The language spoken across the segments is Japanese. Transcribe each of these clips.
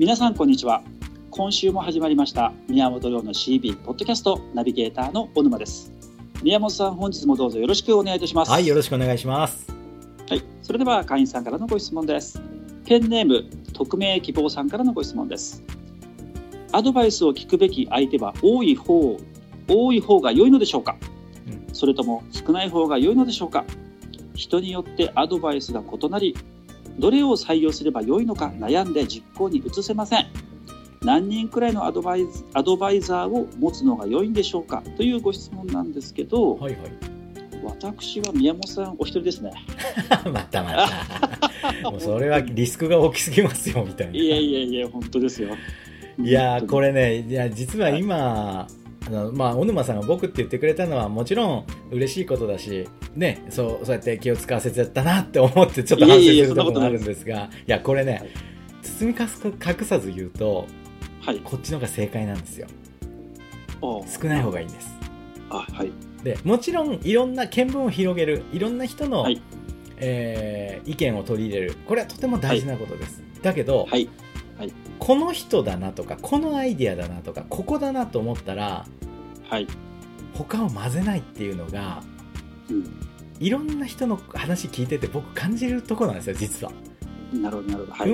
皆さんこんにちは。今週も始まりました宮本亮の CB ポッドキャストナビゲーターの小沼です。宮本さん、本日もどうぞよろしくお願いいたします。 はい、よろしくお願いします。 はい、それでは会員さんからのご質問です。ペンネーム匿名希望さんからのご質問です。アドバイスを聞くべき相手は多い方が良いのでしょうか、それとも少ない方が良いのでしょうか。人によってアドバイスが異なり、どれを採用すれば良いのか悩んで実行に移せません。何人くらいのアドバイザーを持つのが良いんでしょうかというご質問なんですけど、はいはい、私は宮本さんお一人ですね。 またもうそれはリスクが大きすぎますよみたいな。 いや本当ですよ。 いやこれね、実は今、小沼さんが僕って言ってくれたのはもちろん嬉しいことだしね、そうやって気を使わせちゃったなって思ってちょっと反省するところがあるんですが、いやこれね、包み隠さず言うと、はい、こっちの方が正解なんですよ。少ない方がいいんです。 はい、 でもちろんいろんな見聞を広げる、いろんな人の、はい、意見を取り入れる、これはとても大事なことです、はい、だけど、はいはい、この人だなとかこのアイデアだなとかここだなと思ったら、はい、他を混ぜないっていうのが、いろんな人の話聞いてて僕感じるところなんですよ、実は。 なるほど、はい、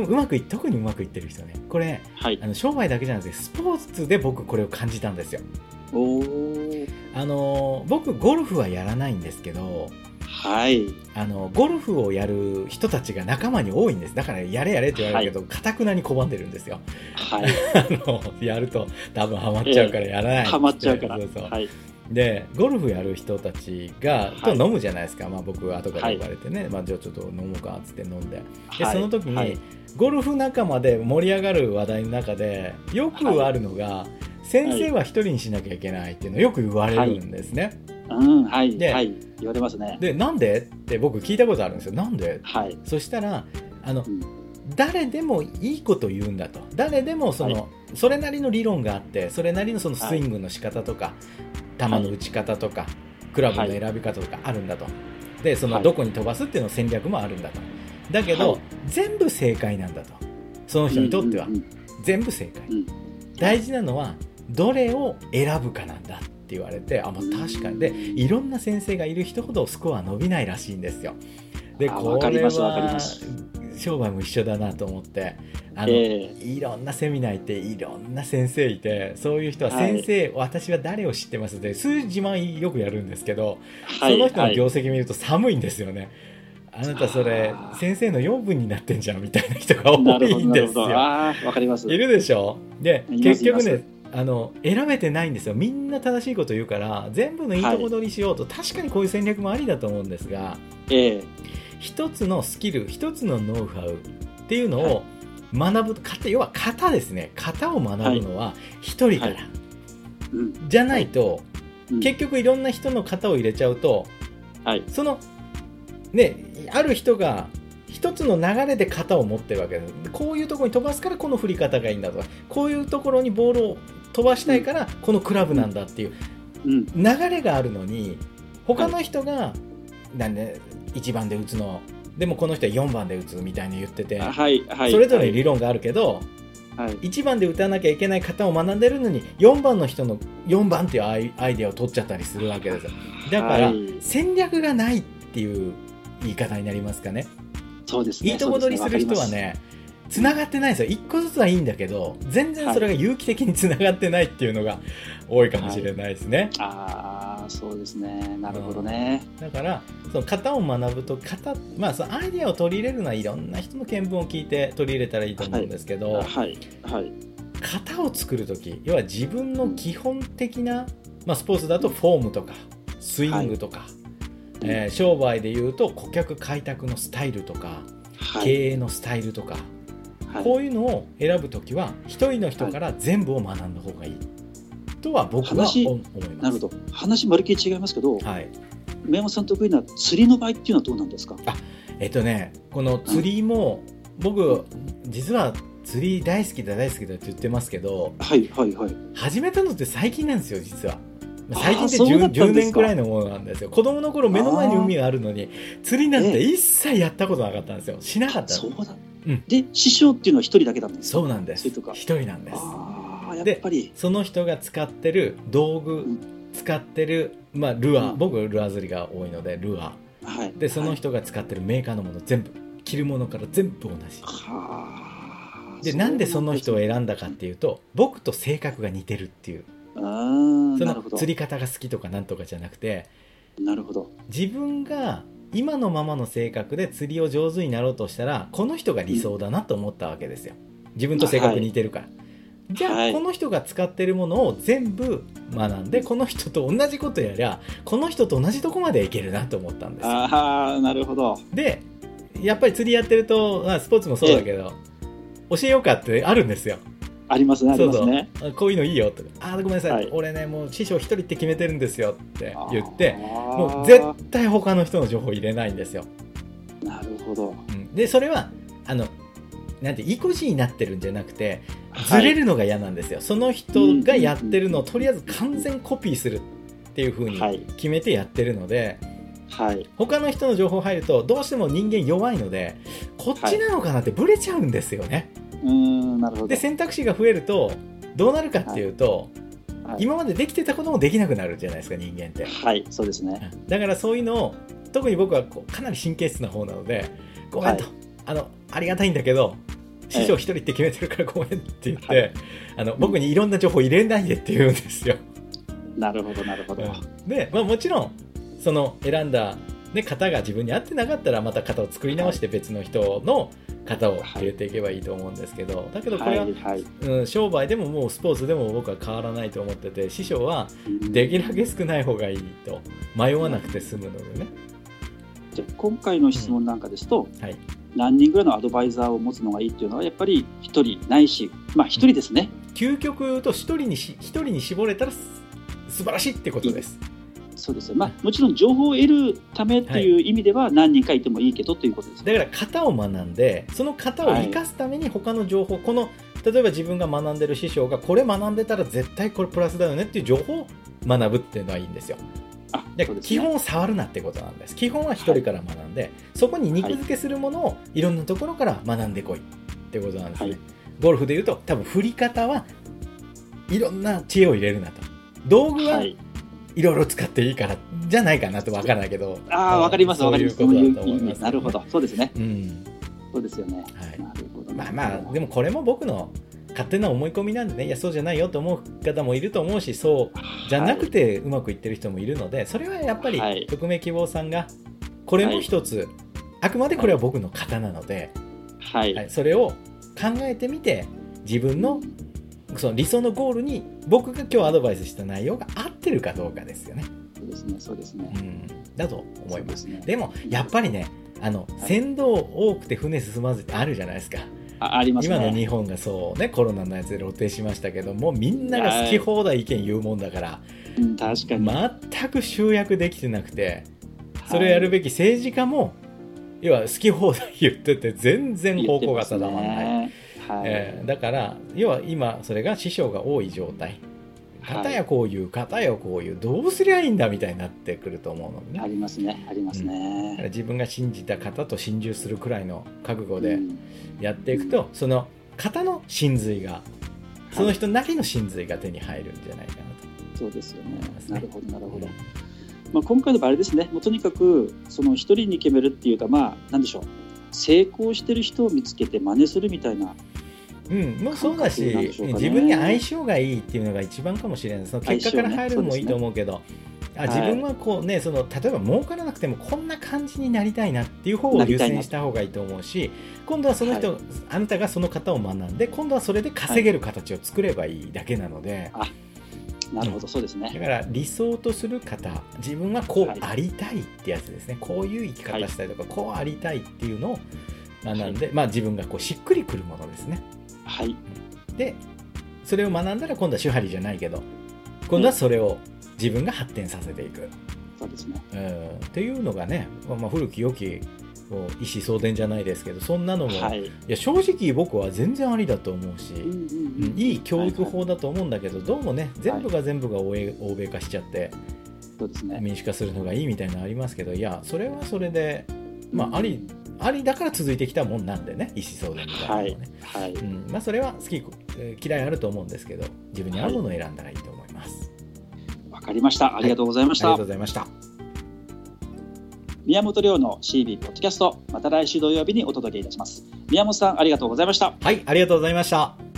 特にうまくいってる人ね、これ、はい、商売だけじゃなくてスポーツで僕これを感じたんですよ。僕ゴルフはやらないんですけど、はい、ゴルフをやる人たちが仲間に多いんです。だからやれやれって言われるけど、かたくなに拒んでるんですよ、はい、やると多分ハマっちゃうからやらない、 ハマっちゃうから、 そう、はい、でゴルフやる人たちがと飲むじゃないですか、僕は後から呼ばれてね、じゃあちょっと飲もうかっつって飲んで、でその時に、ゴルフ仲間で盛り上がる話題の中でよくあるのが、先生は一人にしなきゃいけないっていうのをよく言われるんですね。 で、言われますね。 でなんでって僕聞いたことあるんですよ。なんで、そしたら誰でもいいこと言うんだと。誰でもそれなりの理論があって、それなりのそのスイングの仕方とか、球の打ち方とか、クラブの選び方とかあるんだと。でどこに飛ばすっていうの戦略もあるんだと。だけど、全部正解なんだと。その人にとっては、全部正解、大事なのはどれを選ぶかなんだって言われて、確かに。でいろんな先生がいる人ほどスコア伸びないらしいんですよ。でこれは商売も一緒だなと思って、いろんなセミナー行っていろんな先生いて、そういう人は先生、私は誰を知ってますって数字自慢よくやるんですけど、その人の業績見ると寒いんですよね。あなたそれ先生の養分になってんじゃんみたいな人が多いんですよ。 わかります。 いるでしょ。で結局ね、選べてないんですよ。みんな正しいこと言うから全部のいいとこ取りしようと、確かにこういう戦略もありだと思うんですが、一つのスキル、一つのノウハウっていうのを学ぶ、要は型ですね。型を学ぶのは一人から、じゃないと、結局いろんな人の型を入れちゃうと、そのね、ある人が一つの流れで型を持ってるわけです。こういうところに飛ばすからこの振り方がいいんだとか、こういうところにボールを飛ばしたいからこのクラブなんだっていう流れがあるのに、他の人がなんで1番で打つのでもこの人は4番で打つみたいに言ってて、それぞれ理論があるけど、1番で打たなきゃいけない型を学んでるのに4番の人の4番っていうアイデアを取っちゃったりするわけですよ。だから戦略がないっていう言い方になりますかね。 そうですね。 いいとこ取りする人はね、つながってないんですよ。一個ずつはいいんだけど、全然それが有機的につながってないっていうのが多いかもしれないですね。 そうですね。なるほどね。 だからその型を学ぶと、そのアイデアを取り入れるのはいろんな人の見聞を聞いて取り入れたらいいと思うんですけど、型を作るとき、要は自分の基本的な、スポーツだとフォームとかスイングとか、商売でいうと顧客開拓のスタイルとか、経営のスタイルとか、こういうのを選ぶときは一人の人から全部を学んだ方がいいとは僕は思います。 なるほど。話まるっきり違いますけど、宮本さん得意な釣りの場合っていうのはどうなんですか？ この釣りも、僕実は釣り大好きだって言ってますけど、始めたのって最近なんですよ、実は。最近って 10年くらいのものなんですよ。子供の頃目の前に海があるのに釣りなんて一切やったことなかったんですよ。しなかった。 で師匠っていうのは一人だけだったんですか？ そうなんです。一人なんです。 やっぱりでその人が使ってる道具、使ってる、まあ、ルアー、僕ルアー釣りが多いのでルアー、でその人が使ってるメーカーのもの全部、着るものから全部同じで、なんでその人を選んだかっていうと、僕と性格が似てるっていう。その釣り方が好きとかなんとかじゃなくて、 なるほど、 自分が今のままの性格で釣りを上手になろうとしたらこの人が理想だなと思ったわけですよ。自分と性格似てるから、じゃあこの人が使ってるものを全部学んで、この人と同じことやりゃこの人と同じとこまでいけるなと思ったんですよ。 なるほど。 でやっぱり釣りやってると、スポーツもそうだけど、教えようかってあるんですよ。 ありますね、ありますね。 こういうのいいよとか、ごめんなさい、俺ねもう師匠一人って決めてるんですよって言って、もう絶対他の人の情報入れないんですよ。 なるほど。 でそれはなんて意固地になってるんじゃなくて、ずれるのが嫌なんですよ。その人がやってるのをとりあえず完全コピーするっていう風に決めてやってるので、他の人の情報入るとどうしても人間弱いので、こっちなのかなってブレちゃうんですよね。 なるほど。 で選択肢が増えるとどうなるかっていうと、今までできてたこともできなくなるじゃないですか、人間って。 そうですね。 だからそういうのを、特に僕はかなり神経質な方なので、ごめんと、ありがたいんだけど師匠一人って決めてるからごめんって言って、僕にいろんな情報入れないでって言うんですよ。 なるほどなるほど。 で、もちろんその選んだ、型が自分に合ってなかったらまた型を作り直して別の人の型を入れていけばいいと思うんですけど、だけどこれは、商売でももうスポーツでも僕は変わらないと思ってて、師匠はできるだけ少ない方がいいと、迷わなくて済むのでね。 じゃあ今回の質問なんかですと、何人ぐらいのアドバイザーを持つのがいいっていうのはやっぱり1人ないし、1人ですね。 究極言うと1人に絞れたら素晴らしいってことです。 そうですよ。もちろん情報を得るためっていう意味では何人かいてもいいけどということです。 だから型を学んで、その型を生かすために他の情報、この例えば自分が学んでる師匠がこれ学んでたら絶対これプラスだよねっていう情報を学ぶっていうのはいいんですよ。基本を触るなってことなんです。基本は一人から学んで、そこに肉付けするものをいろんなところから学んでこいってことなんですね。ゴルフでいうと多分振り方はいろんな知恵を入れるなと、道具はいろいろ使っていいからじゃないかなと。分からないけど、 わかりますわかります。 そういうことだと思います。 なるほど、そうですね。そうですよね。 なるほど。でもこれも僕の勝手な思い込みなんでね、いやそうじゃないよと思う方もいると思うし、そうじゃなくてうまくいってる人もいるので、それはやっぱり匿名希望さんがこれも一つ、あくまでこれは僕の型なので、それを考えてみて自分のその理想のゴールに僕が今日アドバイスした内容が合ってるかどうかですよね。 そうですね。 だと思います。でもやっぱりね、船頭多くて船進まずってあるじゃないですか。 ありますね。 今の日本がそうね、コロナのやつで露呈しましたけども、みんなが好き放題意見言うもんだから、 確かに全く集約できてなくて、それをやるべき政治家も要は好き放題言ってて全然方向が定まらない、だから要は今それが師匠が多い状態、片やこういう片やこういう、どうすりゃいいんだみたいになってくると思うのでね。 ありますね、ありますね。 だから自分が信じた方と心中するくらいの覚悟でやっていくと、その方の真髄が、その人なりの真髄が手に入るんじゃないかなと。 そうですよね。なるほどなるほど。今回の場合あれですね、もうとにかくその一人に決めるっていうか、なんでしょう、成功してる人を見つけて真似するみたいな。 もうそうだし、自分に相性がいいっていうのが一番かもしれない。その結果から入るのもいいと思うけど、自分はこうね、その例えば儲からなくてもこんな感じになりたいなっていう方を優先した方がいいと思うし、今度はその人、あなたがその方を学んで、今度はそれで稼げる形を作ればいいだけなので。 なるほど、そうですね。 だから理想とする方、自分はこうありたいってやつですね。こういう生き方したいとか、こうありたいっていうのを学んで、自分がこうしっくりくるものですね。でそれを学んだら今度は手張りじゃないけど、今度はそれを自分が発展させていく。 そうですね。 っていうのがね、古き良き意思相伝じゃないですけど、そんなのも、いや正直僕は全然ありだと思うし、いい教育法だと思うんだけど、どうもね、全部が欧米化しちゃって、そうですね、民主化するのがいいみたいなのありますけど、いやそれはそれで、あありだから続いてきたもんなんでね、意思相談みたいなのもね、はいはい、まあ、それは好き嫌いあると思うんですけど、自分に合うものを選んだらいいと思います。 わかりました。ありがとうございました。 ありがとうございました。 宮本亮の CB ポッドキャスト、また来週土曜日にお届けいたします。宮本さん、ありがとうございました。 はい、ありがとうございました。